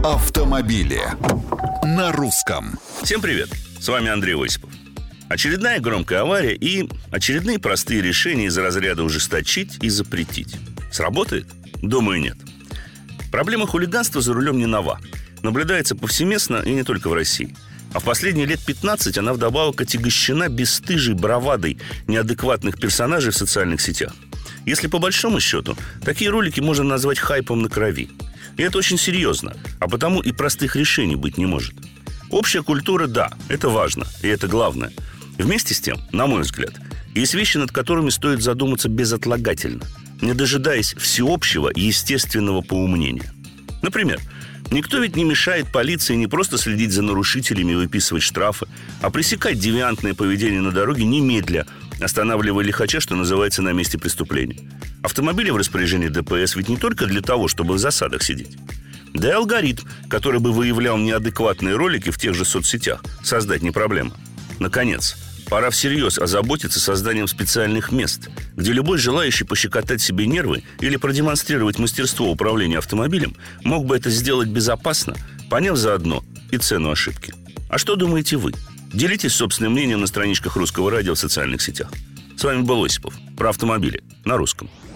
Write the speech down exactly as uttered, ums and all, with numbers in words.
Автомобили на русском. Всем привет, с вами Андрей Осипов. Очередная громкая авария и очередные простые решения из разряда ужесточить и запретить. Сработает? Думаю, нет. Проблема хулиганства за рулем не нова. Наблюдается повсеместно и не только в России. А в последние лет пятнадцать она вдобавок отягощена бесстыжей бравадой неадекватных персонажей в социальных сетях. Если по большому счету, такие ролики можно назвать хайпом на крови. И это очень серьезно, а потому и простых решений быть не может. Общая культура, да, это важно, и это главное. Вместе с тем, на мой взгляд, есть вещи, над которыми стоит задуматься безотлагательно, не дожидаясь всеобщего естественного поумнения. Например, никто ведь не мешает полиции не просто следить за нарушителями и выписывать штрафы, а пресекать девиантное поведение на дороге немедля, останавливая лихача, что называется, на месте преступления. Автомобили в распоряжении ДПС ведь не только для того, чтобы в засадах сидеть. Да и алгоритм, который бы выявлял неадекватные ролики в тех же соцсетях, создать не проблема. Наконец, пора всерьез озаботиться созданием специальных мест, где любой желающий пощекотать себе нервы или продемонстрировать мастерство управления автомобилем мог бы это сделать безопасно, поняв заодно и цену ошибки. А что думаете вы? Делитесь собственным мнением на страничках Русского радио в социальных сетях. С вами был Осипов. Про автомобили на русском.